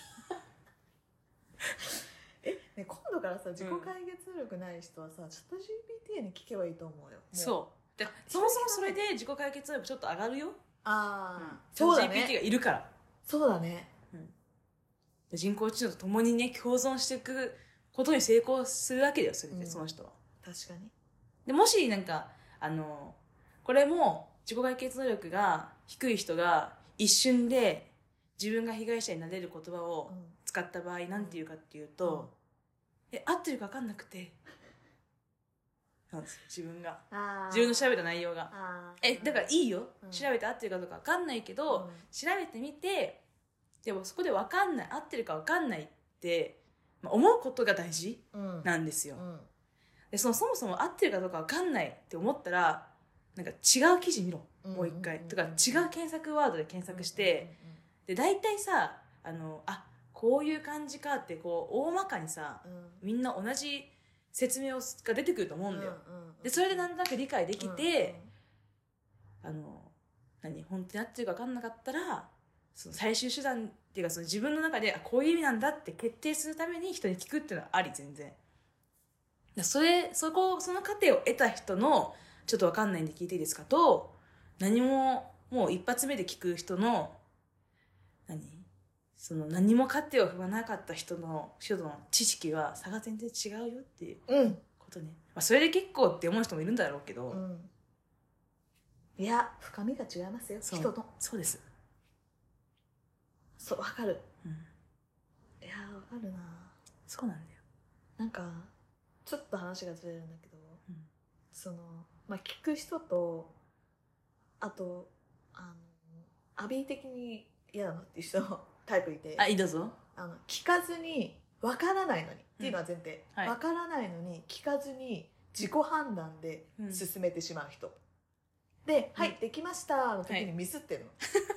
ね、今度からさ、自己解決力ない人はさ、チャット GPT に聞けばいいと思うよ。 そうで、そもそもそれで自己解決力ちょっと上がるよ。 そうだね。 チャット GPT がいるから。 そうだね。 人工知能と共にね、共存していくことに成功するわけだよ、それで、その人は。 確かに。 でもしなんかこれも自己解決能力が低い人が一瞬で自分が被害者になれる言葉を使った場合、なんて言うかっていうと、合ってるか分かんなくてなんですよ、自分の調べた内容が。だからいいよ、調べて合ってるかどうか分かんないけど、調べてみて、でもそこで分かんない、合ってるか分かんないって、思うことが大事なんですよ。 でそもそも合ってるかどうか分かんないって思ったらなんか違う記事見ろ、もう一回とか違う検索ワードで検索して、で大体さこういう感じかってこう大まかにさ、みんな同じ説明が出てくると思うんだよ、でそれでなんとなく理解できて、本当に合ってるか分かんなかったらその最終手段っていうかその自分の中でこういう意味なんだって決定するために人に聞くっていうのはあり、全然。その過程を得た人のちょっと分かんないんで聞いていいですかと、何ももう一発目で聞く人のその何も過程を踏まなかった人の知識は差が全然違うよっていうことね、それで結構って思う人もいるんだろうけど、 いや深みが違いますよ、人の。 そうです。 そう、わかる、いやわかるな。 そうなんだよ。 なんかちょっと話がずれるんだけど、聞く人と、あとアビー的に嫌だなっていう人のタイプいて、 いいどうぞ。 聞かずに分からないのに、っていうのは前提、分からないのに聞かずに自己判断で進めてしまう人、で「はい、できました」の時にミスってるの、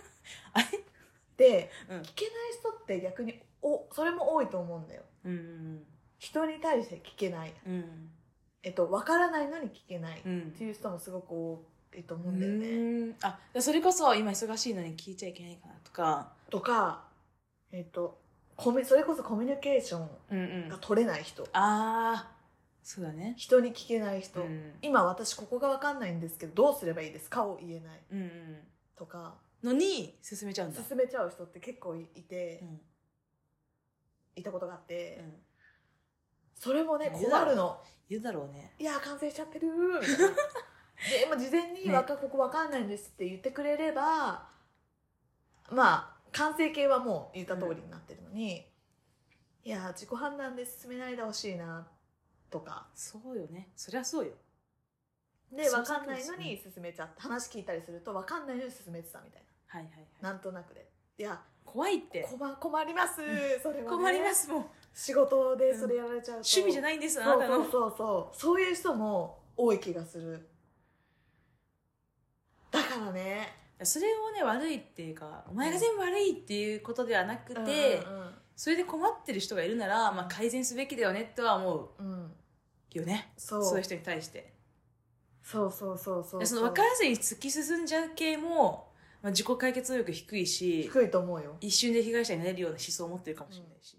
で、聞けない人って逆にそれも多いと思うんだよ、人に対して聞けない、分からないのに聞けないっていう人もすごく多いと思うんだよね。 それこそ今忙しいのに聞いちゃいけないかなとか、 それこそコミュニケーションが取れない人、 そうだね、 人に聞けない人、今私ここが分かんないんですけどどうすればいいですかを言えない、とかのに進めちゃうんだ。 進めちゃう人って結構いて、いたことがあって、それもね困るの。 言うだろうね。 いや完成しちゃってるみたいなで、事前にここ分かんないんですって言ってくれれば、完成形はもう言った通りになってるのに、いや自己判断で進めないでほしいなとか。 そうよね、そりゃそうよ。 で分かんないのに進めちゃって、話聞いたりすると分かんないのに進めてたみたいな、なんとなくで。いや怖いって。 困ります、それはね。 困ります。もう仕事でそれやられちゃうと、 趣味じゃないんです、あなたの。 そういう人も多い気がする。だからね、 それをね悪いっていうか、お前が全部悪いっていうことではなくて、それで困ってる人がいるなら、改善すべきだよねとは思うよね、そういう人に対して。その分からずに突き進んじゃう系も、自己解決能力低いし、 低いと思うよ。 一瞬で被害者になれるような思想を持ってるかもしれないしね。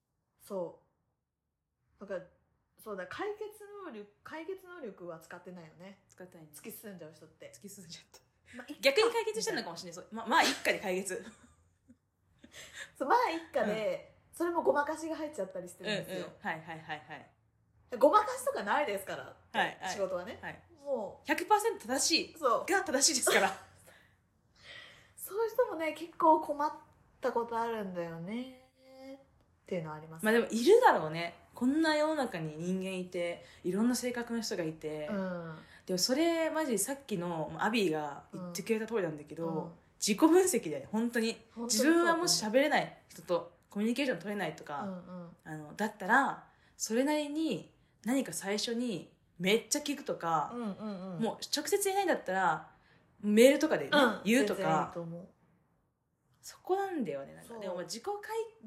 だから解決能力は使ってないよね。 使ってないね。 突き進んじゃう人って。 突き進んじゃった。逆に解決してるのかもしれない。一家で解決。 一家で、それもごまかしが入っちゃったりしてるんですよ。ごまかしとかないですから、仕事はね。もう 100% 正しいが正しいですから。 そういう人もね結構困ったことあるんだよねっていうのはあります。 でもいるだろうね。こんな世の中に人間いて、いろんな性格の人がいて、でもそれマジさっきのアビーが言ってくれた通りなんだけど、自己分析で本当に自分はもし喋れない人とコミュニケーション取れないとか、だったらそれなりに何か最初にめっちゃ聞くとか、もう直接言えないんだったらメールとかで、ね言うとか、そこなんだよね。でも自己分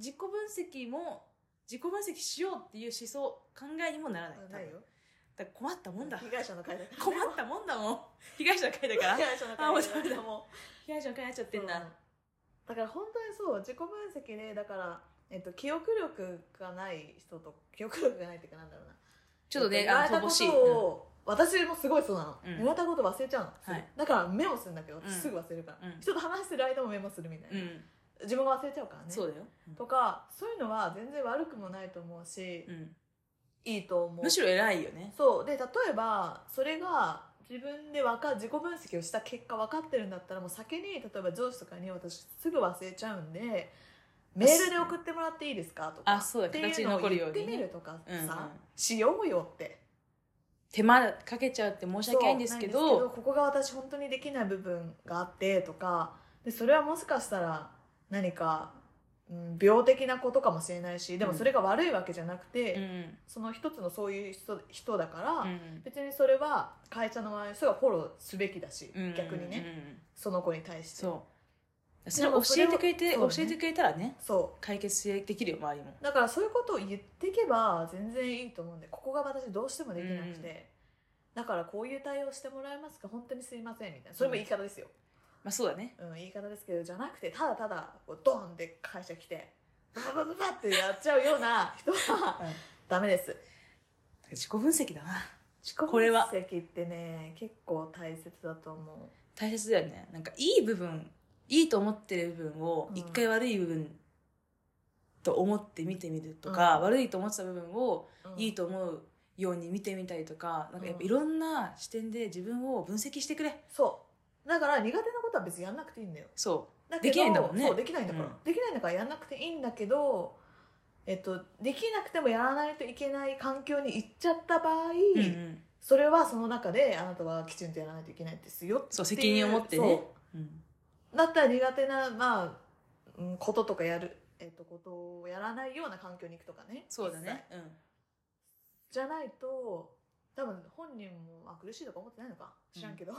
析しようっていう思想考えにもならない。 ないよ。 だから困ったもんだ。 被害者の会だから。 困ったもんだもん。被害者の会だから。 被害者の会だも被害者の会になっちゃってんだ。 だから本当にそう、自己分析で、だから、記憶力がない人と、記憶力がないっていうかなんだろうな。 ちょっとね、 言われたことを、私もすごいそうなの。言われたこと忘れちゃうの。だからメモするんだけど、すぐ忘れるから。人と話してる間もメモするみたいな。自分が忘れちゃうからね。 そうだよ。 とか、そういうのは全然悪くもないと思うし、いいと思う。 むしろ偉いよね。 そう。で、例えば、それが自分で自己分析をした結果分かってるんだったら、もう先に、例えば上司とかに私すぐ忘れちゃうんで、メールで送ってもらっていいですかとか。 そうだ、形に残るように。 言ってみるとかさ、しようよって。 手間かけちゃうって申し訳ないんですけど、 ここが私本当にできない部分があってとか、でそれはもしかしたら何か病的なことかもしれないし、でもそれが悪いわけじゃなくて、 うん、 その一つのそういう人だから、 うん、 別にそれは会社の周りの人がフォローすべきだし、 うん、 逆にね、 うん、 その子に対してそうそれを教えてくれて、 そうね、 教えてくれたらね、 そう解決できるよ、周りも。 だからそういうことを言っていけば全然いいと思うんで、ここが私どうしてもできなくて、だからこういう対応してもらえますか、本当にすいませんみたいな、それも言い方ですよ、 まあそうだね、 言い方ですけど、じゃなくてただただこうドーンって会社来てバババババってやっちゃうような人はダメです。 自己分析だな。 自己分析ってね結構大切だと思う。 大切だよね。なんかいい部分、いいと思ってる部分を一回悪い部分と思って見てみるとか、悪いと思ってた部分をいいと思うように見てみたりとか、なんかやっぱいろんな視点で自分を分析してくれ。 そうだから苦手なことは別にやんなくていいんだよ。 そうだけどできないんだもんね。 そうできないんだから、できないんだからやんなくていいんだけど、できなくてもやらないといけない環境に行っちゃった場合、それはその中であなたはきちんとやらないといけないですよっていう、 そう責任を持ってね。 だったら苦手な、こととかやる、ことをやらないような環境に行くとかね。 そうだね、 じゃないと多分本人も苦しいとか思ってないのか知らんけど、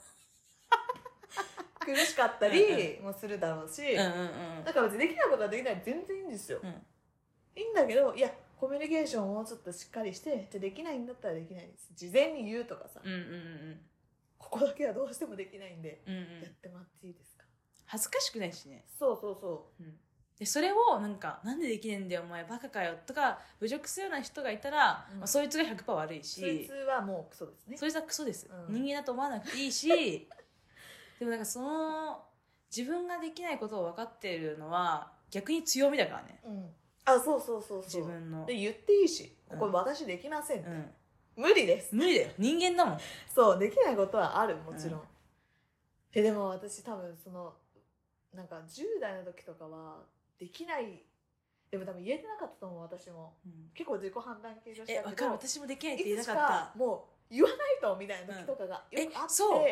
苦しかったりもするだろうし、だから別にできないことはできない全然いいんですよ、いいんだけど、いやコミュニケーションをもうちょっとしっかりして、じゃできないんだったらできないです事前に言うとかさ、ここだけはどうしてもできないんで、やってもらっていいですか。 恥ずかしくないしね。 そうでそれをなんでできねえんだよお前バカかよとか侮辱するような人がいたら、そいつが 100% 悪いし、 そいつはもうクソですね。 そいつはクソです、人間だと思わなくていいしでもなんかその自分ができないことを分かっているのは逆に強みだからね、 そう自分ので言っていいし、ここ私できませんって、無理です、 無理だよ、人間だもん。 そうできないことはある、もちろん、でも私多分なんか10代の時とかはできない、でも多分言えてなかったと思う、私も、結構自己判断系女子だけど、 分かる、私もできないって言えなかった。 もう言わないとみたいな時とかがよくあって、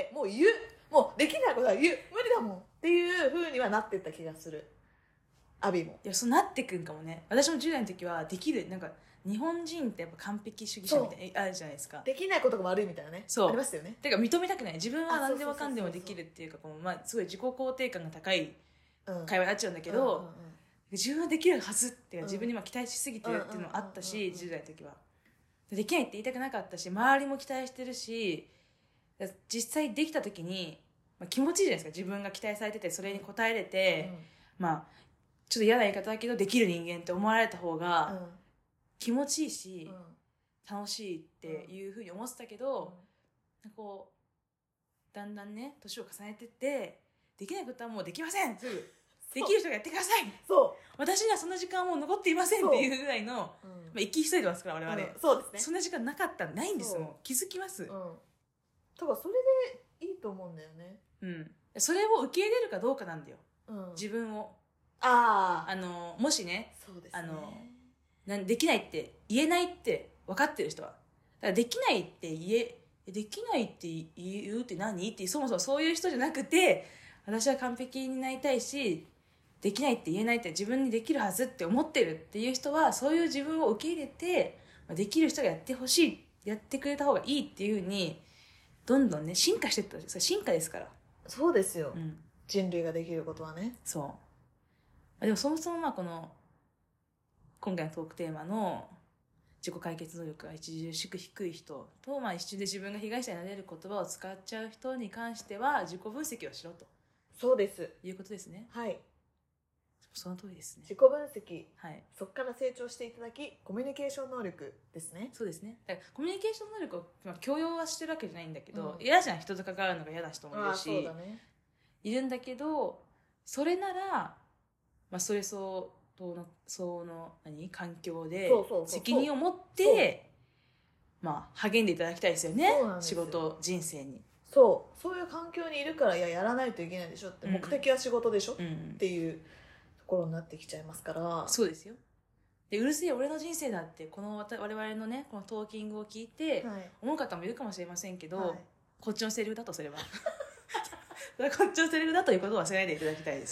もう言う、もうできないことは言う、無理だもんっていう風にはなってった気がする、アビも。 いやそうなってくんかもね。私も10代の時はできる、なんか日本人ってやっぱ完璧主義者みたいなあるじゃないですか。 できないことが悪いみたいなね、ありましたよね。 てか認めたくない、自分は何でもかんでもできるっていうか、すごい自己肯定感が高い会話になっちゃうんだけど、自分はできるはずっていうか、自分に期待しすぎてるっていうのもあったし、10代の時はできないって言いたくなかったし、周りも期待してるし、実際できた時に、気持ちいいじゃないですか、自分が期待されててそれに応えれて、ちょっと嫌な言い方だけどできる人間って思われた方が気持ちいいし、楽しいっていうふうに思ってたけど、こうだんだんね年を重ねてってできないことはもうできません、すぐできる人がやってください、私にはそんな時間はもう残っていませんっていうぐらいの、生き急いでますから我々、 そうですね、 そんな時間なかったらないんですよ、気づきます、だからそれでいいと思うんだよね。 それを受け入れるかどうかなんだよ、自分を。もしね、できないって言えないって分かってる人は、だからできないってできないって言うって何って、そもそもそういう人じゃなくて、私は完璧になりたいしできないって言えないって自分にできるはずって思ってるっていう人は、そういう自分を受け入れて、できる人がやってほしい、やってくれた方がいいっていう風にどんどんね進化していった。それ進化ですから。 そうですよ、人類ができることはね。 でもそもそもこの今回のトークテーマの自己解決能力が著しく低い人と、一瞬で自分が被害者になれる言葉を使っちゃう人に関しては自己分析をしろと。 そうです、 いうことですね。 はい、 その通りですね。 自己分析、そこから成長していただき、コミュニケーション能力ですね。 そうですね。だからコミュニケーション能力を強要はしてるわけじゃないんだけど、嫌じゃん、人と関わるのが嫌な人もいるし、いるんだけど、それならそれ相当の環境で責任を持って励んでいただきたいですよね、仕事人生に。そういう環境にいるから、やらないといけないでしょって、目的は仕事でしょ、っていうところになってきちゃいますから。そうですよ。でうるせえ俺の人生だってこの我々のねこのトーキングを聞いて思う方もいるかもしれませんけど、こっちのセリフだとすればこっちのセリフだということを忘れないでいただきたいですね。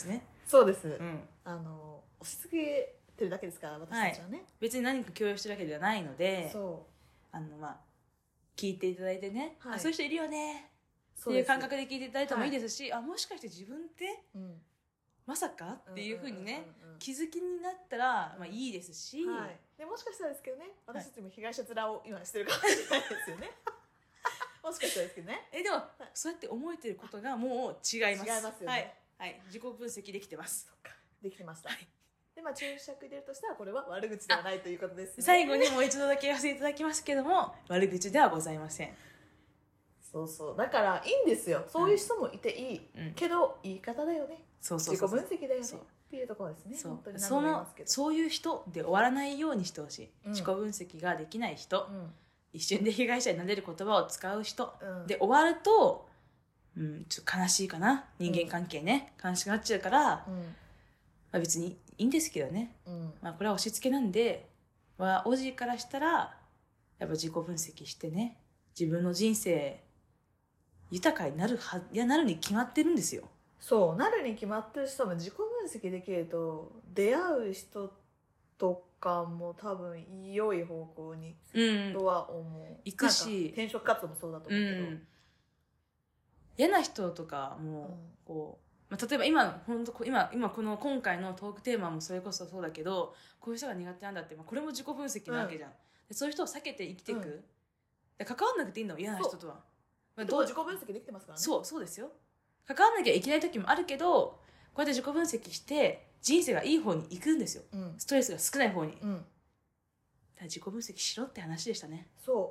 そうです、 うん、 押し付けてるだけですから私たちはね、はい、 別に何か強要してるわけではないので、 そう聞いていただいてね、はい、そういう人いるよねっていう感覚で聞いていただいてもいいですし、もしかして自分って、まさかっていうふうにね、気づきになったら、いいですし、 はい、でもしかしたらですけどね、私たちも被害者面を今してるかもしれないですよねもしかしたらですけどね。 でも、そうやって思えてることがもう違います。 違いますよね。 はい、自己分析できてます。 そっか、できてました。はい、で注釈入れるとしたらこれは悪口ではないということですね。 最後にもう一度だけ言わせていただきますけども、悪口ではございません。 そうそう、だからいいんですよ、そういう人もいていい、けど言い方だよね、自己分析だよねっていうところですね。本当に何度も言いますけど、 そういう人で終わらないようにしてほしい。自己分析ができない人、一瞬で被害者になれる言葉を使う人、で終わると、ちょっと悲しいかな、人間関係ね、悲しくなっちゃうから、別にいいんですけどね、これは押し付けなんで、おじからしたらやっぱ自己分析してね、自分の人生豊かになるなるに決まってるんですよ。 そうなるに決まってるし、多分自己分析できると出会う人とかも多分良い方向にとは思う、 行くし、 転職活動もそうだと思うけど、 嫌な人とかもこう、例えば今この今回のトークテーマもそれこそそうだけど、こういう人が苦手なんだって、これも自己分析なわけじゃん、でそういう人を避けて生きていく、関わんなくていいんだもん、嫌な人とは。 どう自己分析できてますからね。 そうですよ。関わんなきゃいけない時もあるけど、こうやって自己分析して人生がいい方に行くんですよ、ストレスが少ない方に、自己分析しろって話でしたね。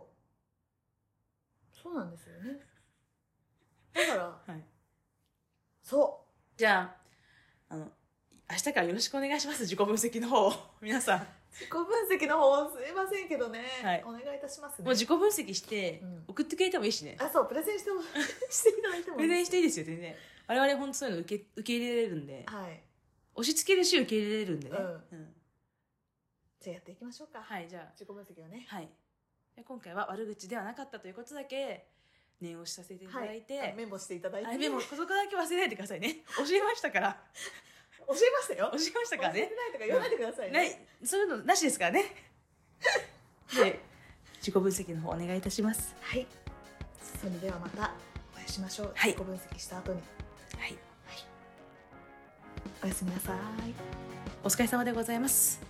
そうなんですよね。だから、そうじゃあ明日からよろしくお願いします、自己分析の方を皆さん。 自己分析の方すいませんけどね、お願いいたしますね。 もう自己分析して送ってくれてもいいしね。 そう、プレゼンしていただいてもいい。 プレゼンしていいですよ、全然。我々本当そういうの受け入れれるんで、押し付けるし受け入れれるんでね。 じゃあやっていきましょうか。じゃあ自己分析はね。 今回は悪口ではなかったということだけ念押しさせていただいて、 メモしていただいて、 メモそこだけ忘れないでくださいね。教えましたから。 教えましたよ。 教えましたからね。 教えてないとか言わないでくださいね。 そういうのなしですからね。で、自己分析の方お願いいたします。 それではまたお会いしましょう。自己分析した後に。おやすみなさい。 お疲れ様でございます。